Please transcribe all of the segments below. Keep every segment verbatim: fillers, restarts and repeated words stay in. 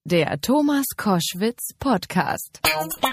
Der Thomas Koschwitz Podcast.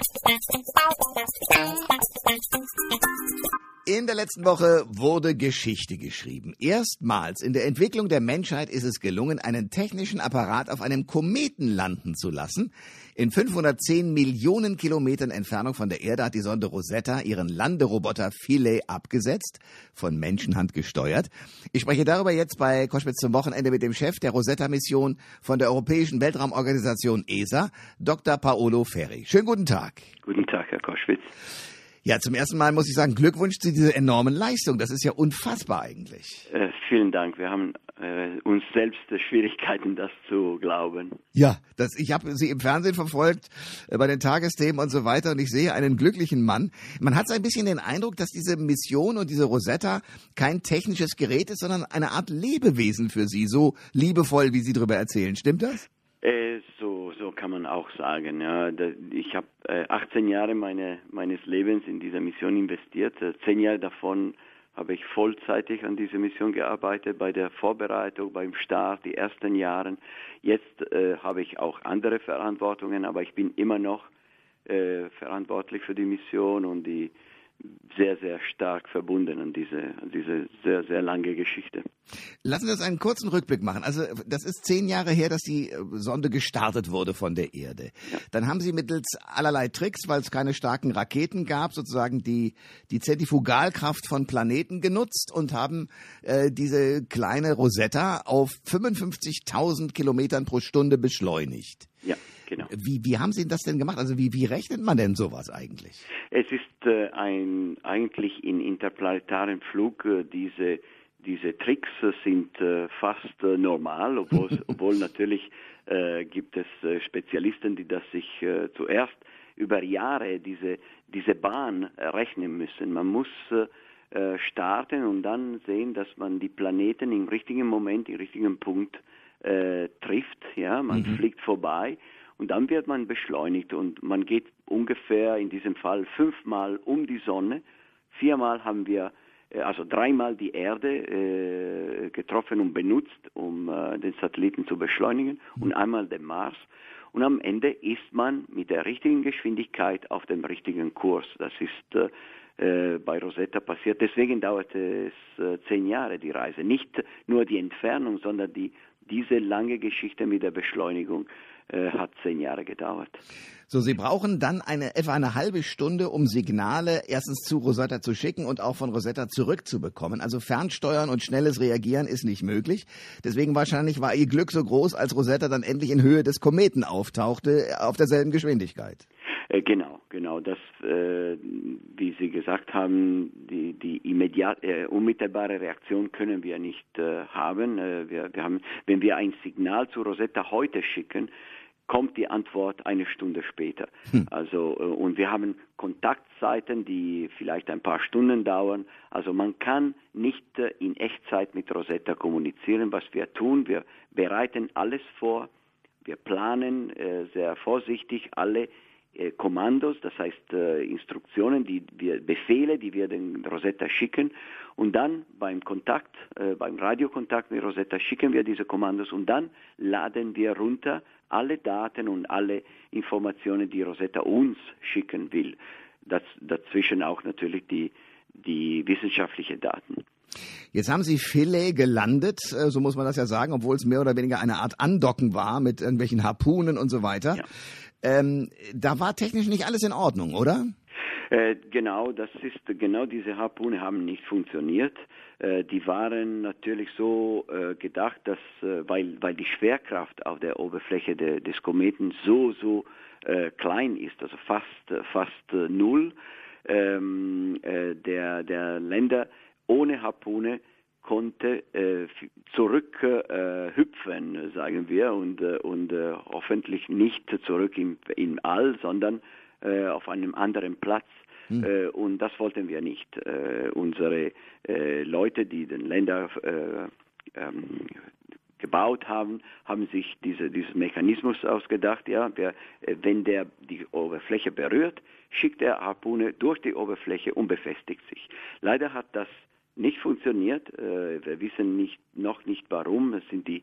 In der letzten Woche wurde Geschichte geschrieben. Erstmals in der Entwicklung der Menschheit ist es gelungen, einen technischen Apparat auf einem Kometen landen zu lassen. In fünfhundertzehn Millionen Kilometern Entfernung von der Erde hat die Sonde Rosetta ihren Landeroboter Philae abgesetzt, von Menschenhand gesteuert. Ich spreche darüber jetzt bei Koschwitz zum Wochenende mit dem Chef der Rosetta-Mission von der Europäischen Weltraumorganisation E S A, Doktor Paolo Ferri. Schönen guten Tag. Guten Tag, Herr Koschwitz. Ja, zum ersten Mal muss ich sagen, Glückwunsch zu dieser enormen Leistung. Das ist ja unfassbar eigentlich. Äh, vielen Dank. Wir haben äh, uns selbst äh, Schwierigkeiten, das zu glauben. Ja, das, ich habe Sie im Fernsehen verfolgt, äh, bei den Tagesthemen und so weiter, und ich sehe einen glücklichen Mann. Man hat so ein bisschen den Eindruck, dass diese Mission und diese Rosetta kein technisches Gerät ist, sondern eine Art Lebewesen für Sie, so liebevoll, wie Sie darüber erzählen. Stimmt das? Äh, so, so kann man auch sagen. Ja, da, ich habe äh, achtzehn Jahre meine, meines Lebens in diese Mission investiert. Äh, zehn Jahre davon habe ich vollzeitig an dieser Mission gearbeitet, bei der Vorbereitung, beim Start, die ersten Jahre. Jetzt äh, habe ich auch andere Verantwortungen, aber ich bin immer noch äh, verantwortlich für die Mission und die sehr, sehr stark verbunden an diese, an diese sehr, sehr lange Geschichte. Lassen Sie uns einen kurzen Rückblick machen. Also das ist zehn Jahre her, dass die Sonde gestartet wurde von der Erde. Ja. Dann haben Sie mittels allerlei Tricks, weil es keine starken Raketen gab, sozusagen die, die Zentrifugalkraft von Planeten genutzt und haben äh, diese kleine Rosetta auf fünfundfünfzigtausend Kilometern pro Stunde beschleunigt. Ja. Genau. Wie, wie haben Sie das denn gemacht? Also wie, wie rechnet man denn sowas eigentlich? Es ist äh, ein eigentlich in interplanetaren Flug äh, diese diese Tricks äh, sind äh, fast äh, normal, obwohl obwohl natürlich äh, gibt es äh, Spezialisten, die das sich äh, zuerst über Jahre diese diese Bahn äh, rechnen müssen. Man muss äh, starten und dann sehen, dass man die Planeten im richtigen Moment, im richtigen Punkt äh, trifft. Ja, man mhm. fliegt vorbei. Und dann wird man beschleunigt und man geht ungefähr in diesem Fall fünfmal um die Sonne. Viermal haben wir, also dreimal die Erde äh, getroffen und benutzt, um äh, den Satelliten zu beschleunigen, und einmal den Mars. Und am Ende ist man mit der richtigen Geschwindigkeit auf dem richtigen Kurs. Das ist äh, bei Rosetta passiert. Deswegen dauerte es äh, zehn Jahre, die Reise. Nicht nur die Entfernung, sondern die, diese lange Geschichte mit der Beschleunigung hat zehn Jahre gedauert. So, Sie brauchen dann eine etwa eine halbe Stunde, um Signale erstens zu Rosetta zu schicken und auch von Rosetta zurückzubekommen. Also Fernsteuern und schnelles Reagieren ist nicht möglich. Deswegen wahrscheinlich war Ihr Glück so groß, als Rosetta dann endlich in Höhe des Kometen auftauchte, auf derselben Geschwindigkeit. Äh, genau, genau. Das, äh, wie Sie gesagt haben, die, die immediat, äh, unmittelbare Reaktion können wir nicht äh, haben. Äh, wir, wir haben. Wenn wir ein Signal zu Rosetta heute schicken, kommt die Antwort eine Stunde später. Hm. Also äh, und wir haben Kontaktzeiten, die vielleicht ein paar Stunden dauern. Also man kann nicht äh, in Echtzeit mit Rosetta kommunizieren. Was wir tun, wir bereiten alles vor. Wir planen äh, sehr vorsichtig alle äh, Kommandos, das heißt äh, Instruktionen, die wir Befehle, die wir den Rosetta schicken, und dann beim Kontakt, äh, beim Radiokontakt mit Rosetta schicken wir diese Kommandos und dann laden wir runter alle Daten und alle Informationen, die Rosetta uns schicken will. Das, dazwischen auch natürlich die, die wissenschaftlichen Daten. Jetzt haben Sie Philae gelandet, so muss man das ja sagen, obwohl es mehr oder weniger eine Art Andocken war mit irgendwelchen Harpunen und so weiter. Ja. Ähm, da war technisch nicht alles in Ordnung, oder? Äh, genau, das ist genau diese Harpune haben nicht funktioniert. Äh, die waren natürlich so äh, gedacht, dass äh, weil weil die Schwerkraft auf der Oberfläche de, des Kometen so so äh, klein ist, also fast fast äh, null, ähm, äh, der der Länder ohne Harpune konnte äh, zurück äh, hüpfen, sagen wir, und äh, und äh, hoffentlich nicht zurück im im All, sondern äh, auf einem anderen Platz. Hm. Äh, und das wollten wir nicht. Äh, unsere äh, Leute, die den Länder äh, ähm, gebaut haben, haben sich diese, diesen Mechanismus ausgedacht. Ja, wer, äh, wenn der die Oberfläche berührt, schickt er Harpune durch die Oberfläche und befestigt sich. Leider hat das nicht funktioniert. Äh, wir wissen nicht, noch nicht warum. Es sind die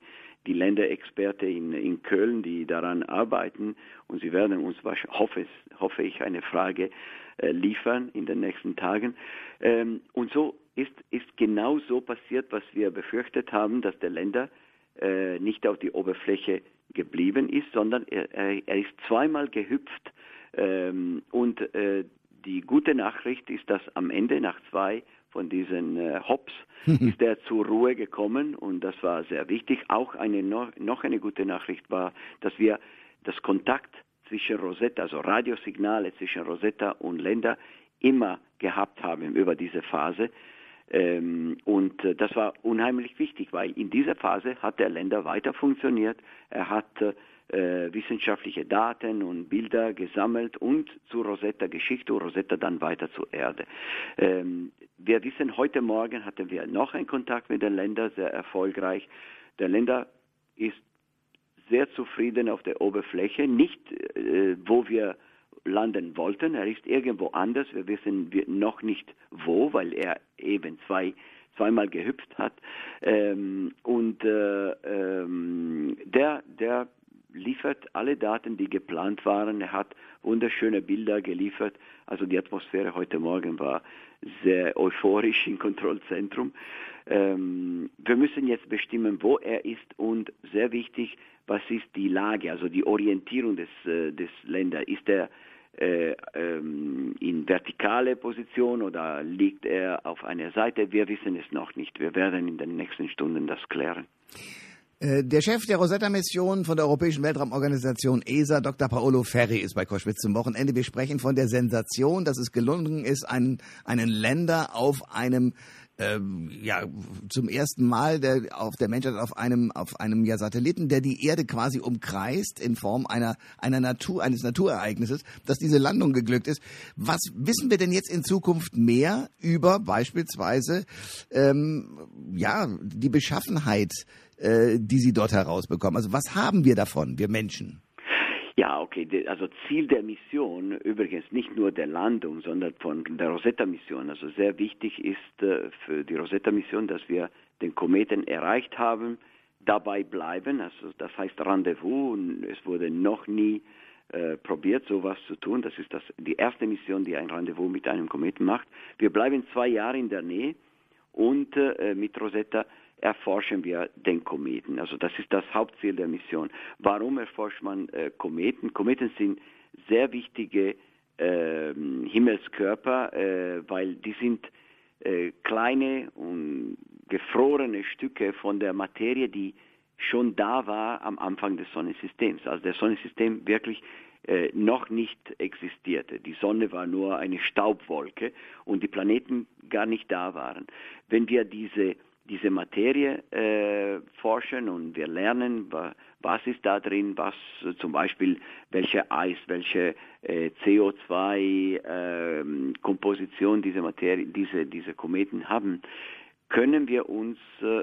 die Länderexperten in, in Köln, die daran arbeiten, und sie werden uns, hoffe, hoffe ich, eine Frage äh, liefern in den nächsten Tagen. Ähm, und so ist, ist genau so passiert, was wir befürchtet haben, dass der Länder äh, nicht auf die Oberfläche geblieben ist, sondern er, er ist zweimal gehüpft. Ähm, und äh, die gute Nachricht ist, dass am Ende, nach zwei von diesen äh, Hops, ist er zur Ruhe gekommen, und das war sehr wichtig. Auch eine noch, noch eine gute Nachricht war, dass wir das Kontakt zwischen Rosetta, also Radiosignale zwischen Rosetta und Länder, immer gehabt haben über diese Phase. Ähm, und äh, das war unheimlich wichtig, weil in dieser Phase hat der Länder weiter funktioniert. Er hat äh, wissenschaftliche Daten und Bilder gesammelt und zu Rosetta geschickt und Rosetta dann weiter zur Erde. Ähm, wir wissen, heute Morgen hatten wir noch einen Kontakt mit den Ländern, sehr erfolgreich. Der Länder ist sehr zufrieden auf der Oberfläche, nicht äh, wo wir landen wollten. Er ist irgendwo anders. Wir wissen noch nicht wo, weil er eben zwei, zweimal gehüpft hat. Ähm, und äh, ähm, der, der liefert alle Daten, die geplant waren. Er hat wunderschöne Bilder geliefert. Also die Atmosphäre heute Morgen war sehr euphorisch im Kontrollzentrum. Ähm, wir müssen jetzt bestimmen, wo er ist, und sehr wichtig, was ist die Lage, also die Orientierung des, äh, des Länders. Ist er Äh, ähm, in vertikale Position oder liegt er auf einer Seite? Wir wissen es noch nicht. Wir werden in den nächsten Stunden das klären. Der Chef der Rosetta-Mission von der Europäischen Weltraumorganisation E S A, Doktor Paolo Ferri, ist bei Koschwitz zum Wochenende. Wir sprechen von der Sensation, dass es gelungen ist, einen, einen Länder auf einem Ähm, ja, zum ersten Mal der, auf der Menschheit auf einem, auf einem ja, Satelliten, der die Erde quasi umkreist in Form einer, einer Natur, eines Naturereignisses, dass diese Landung geglückt ist. Was wissen wir denn jetzt in Zukunft mehr über beispielsweise, ähm, ja, die Beschaffenheit, äh, die Sie dort herausbekommen? Also was haben wir davon, wir Menschen? Ja, okay. Also Ziel der Mission, übrigens nicht nur der Landung, sondern von der Rosetta-Mission. Also sehr wichtig ist äh, für die Rosetta-Mission, dass wir den Kometen erreicht haben, dabei bleiben. Also das heißt Rendezvous. Und es wurde noch nie äh, probiert, sowas zu tun. Das ist das, die erste Mission, die ein Rendezvous mit einem Kometen macht. Wir bleiben zwei Jahre in der Nähe und äh, mit Rosetta erforschen wir den Kometen. Also das ist das Hauptziel der Mission. Warum erforscht man äh, Kometen? Kometen sind sehr wichtige äh, Himmelskörper, äh, weil die sind äh, kleine und gefrorene Stücke von der Materie, die schon da war am Anfang des Sonnensystems. Also das Sonnensystem wirklich äh, noch nicht existierte. Die Sonne war nur eine Staubwolke und die Planeten gar nicht da waren. Wenn wir diese diese Materie äh, forschen und wir lernen, wa, was ist da drin, was äh, zum Beispiel, welche Eis, welche äh, C O zwei Komposition diese Materie, diese, diese Kometen haben, können wir uns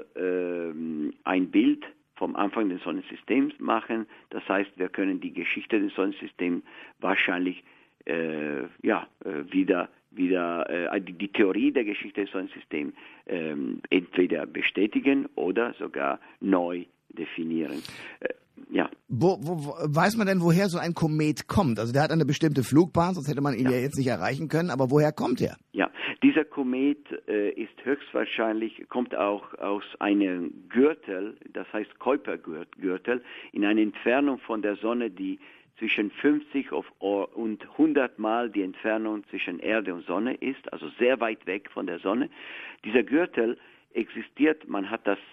äh, ein Bild vom Anfang des Sonnensystems machen. Das heißt, wir können die Geschichte des Sonnensystems wahrscheinlich äh, ja, äh, wieder wieder äh, die, die Theorie der Geschichte des Sonnensystems ähm, entweder bestätigen oder sogar neu definieren. Äh, ja. Wo, wo, wo, weiß man denn, woher so ein Komet kommt? Also der hat eine bestimmte Flugbahn, sonst hätte man ihn ja, ja jetzt nicht erreichen können, aber woher kommt er? Ja, dieser Komet äh, ist höchstwahrscheinlich, kommt auch aus einem Gürtel, das heißt Kuipergürtel, in einer Entfernung von der Sonne, die zwischen fünfzig und hundert Mal die Entfernung zwischen Erde und Sonne ist, also sehr weit weg von der Sonne. Dieser Gürtel existiert, man hat das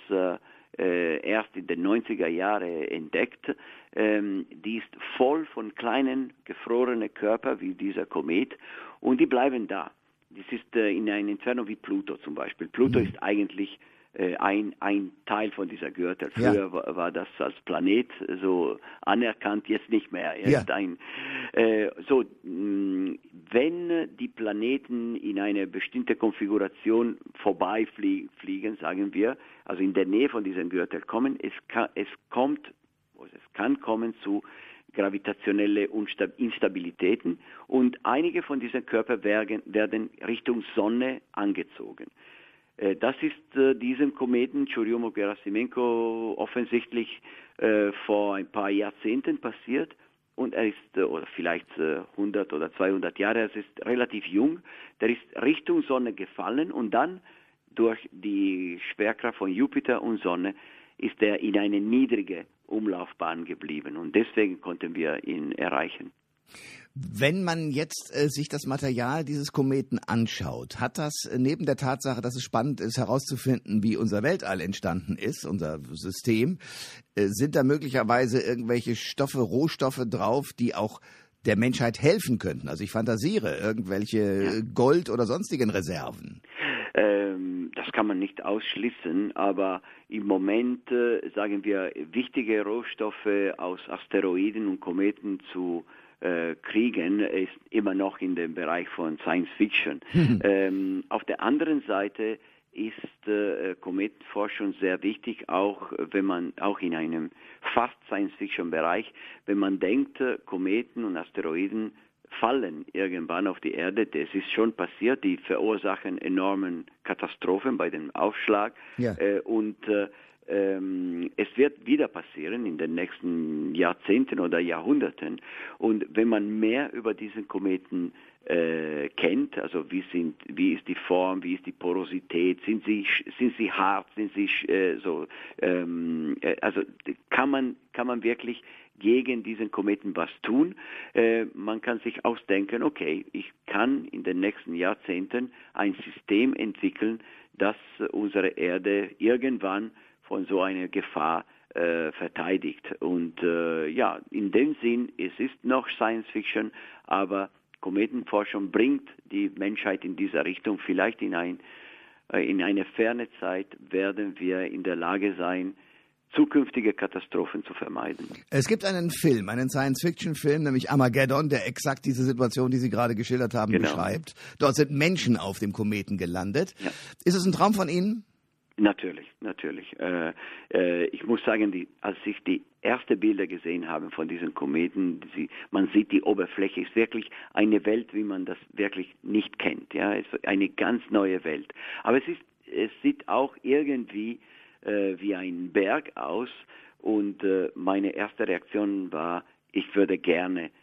äh, erst in den neunziger Jahren entdeckt, ähm, die ist voll von kleinen, gefrorenen Körpern wie dieser Komet und die bleiben da. Das ist äh, in einer Entfernung wie Pluto zum Beispiel. Pluto mhm. ist eigentlich Ein, ein Teil von dieser Gürtel. Früher ja. war, war das als Planet so anerkannt, jetzt nicht mehr. Er ja. ist ein, äh, so, mh, wenn die Planeten in eine bestimmte Konfiguration vorbeifliegen, sagen wir, also in der Nähe von diesem Gürtel kommen, es, kann, es kommt, es kann kommen zu gravitationelle Instabilitäten und einige von diesen Körpern werden, werden Richtung Sonne angezogen. Äh, das ist äh, diesem Kometen Churyumov-Gerasimenko offensichtlich äh, vor ein paar Jahrzehnten passiert. Und er ist, äh, oder vielleicht äh, hundert oder zweihundert Jahre, er ist relativ jung. Der ist Richtung Sonne gefallen und dann durch die Schwerkraft von Jupiter und Sonne ist er in eine niedrige Umlaufbahn geblieben. Und deswegen konnten wir ihn erreichen. Wenn man jetzt äh, sich das Material dieses Kometen anschaut, hat das äh, neben der Tatsache, dass es spannend ist, herauszufinden, wie unser Weltall entstanden ist, unser System, äh, sind da möglicherweise irgendwelche Stoffe, Rohstoffe drauf, die auch der Menschheit helfen könnten? Also ich fantasiere, irgendwelche ja. Gold- oder sonstigen Reserven. Ähm, das kann man nicht ausschließen, aber im Moment, äh, sagen wir, wichtige Rohstoffe aus Asteroiden und Kometen zu kriegen, ist immer noch in dem Bereich von Science Fiction. Mhm. Ähm, auf der anderen Seite ist äh, Kometenforschung sehr wichtig, auch wenn man auch in einem fast Science Fiction Bereich, wenn man denkt, äh, Kometen und Asteroiden fallen irgendwann auf die Erde. Das ist schon passiert. Die verursachen enormen Katastrophen bei dem Aufschlag ja. äh, und äh, es wird wieder passieren in den nächsten Jahrzehnten oder Jahrhunderten. Und wenn man mehr über diesen Kometen äh, kennt, also wie sind, wie ist die Form, wie ist die Porosität, sind sie, sind sie hart, sind sie äh, so, ähm, äh, also kann man, kann man wirklich gegen diesen Kometen was tun. Äh, man kann sich ausdenken, okay, ich kann in den nächsten Jahrzehnten ein System entwickeln, das unsere Erde irgendwann von so einer Gefahr äh, verteidigt. Und äh, ja, in dem Sinn, es ist noch Science Fiction, aber Kometenforschung bringt die Menschheit in dieser Richtung. Vielleicht in, ein, äh, in eine ferne Zeit werden wir in der Lage sein, zukünftige Katastrophen zu vermeiden. Es gibt einen Film, einen Science-Fiction-Film, nämlich Armageddon, der exakt diese Situation, die Sie gerade geschildert haben, genau. beschreibt. Dort sind Menschen auf dem Kometen gelandet. Ja. Ist es ein Traum von Ihnen? Natürlich, natürlich. Äh, äh, ich muss sagen, die, als ich die ersten Bilder gesehen habe von diesen Kometen, sie, man sieht die Oberfläche, ist wirklich eine Welt, wie man das wirklich nicht kennt. Ja, es ist eine ganz neue Welt. Aber es ist, es sieht auch irgendwie äh, wie ein Berg aus. Und äh, meine erste Reaktion war, ich würde gerne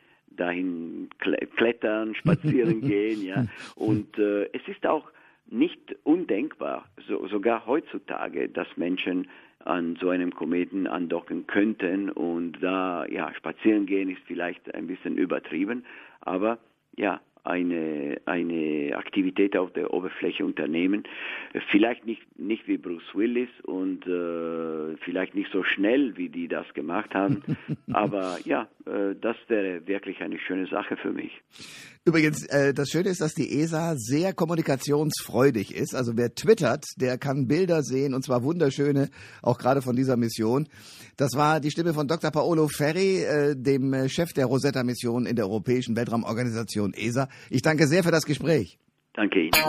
dahin klettern, spazieren gehen. Ja, und äh, es ist auch nicht undenkbar, so, sogar heutzutage, dass Menschen an so einem Kometen andocken könnten und da, ja, spazieren gehen ist vielleicht ein bisschen übertrieben, aber ja, eine, eine Aktivität auf der Oberfläche unternehmen. Vielleicht nicht, nicht wie Bruce Willis und äh, vielleicht nicht so schnell, wie die das gemacht haben, aber ja, äh, das wäre wirklich eine schöne Sache für mich. Übrigens, äh, das Schöne ist, dass die E S A sehr kommunikationsfreudig ist. Also wer twittert, der kann Bilder sehen, und zwar wunderschöne, auch gerade von dieser Mission. Das war die Stimme von Doktor Paolo Ferri, äh, dem Chef der Rosetta-Mission in der Europäischen Weltraumorganisation E S A. Ich danke sehr für das Gespräch. Danke Ihnen.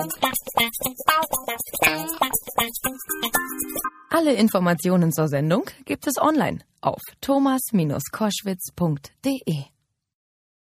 Alle Informationen zur Sendung gibt es online auf thomas Bindestrich koschwitz punkt de.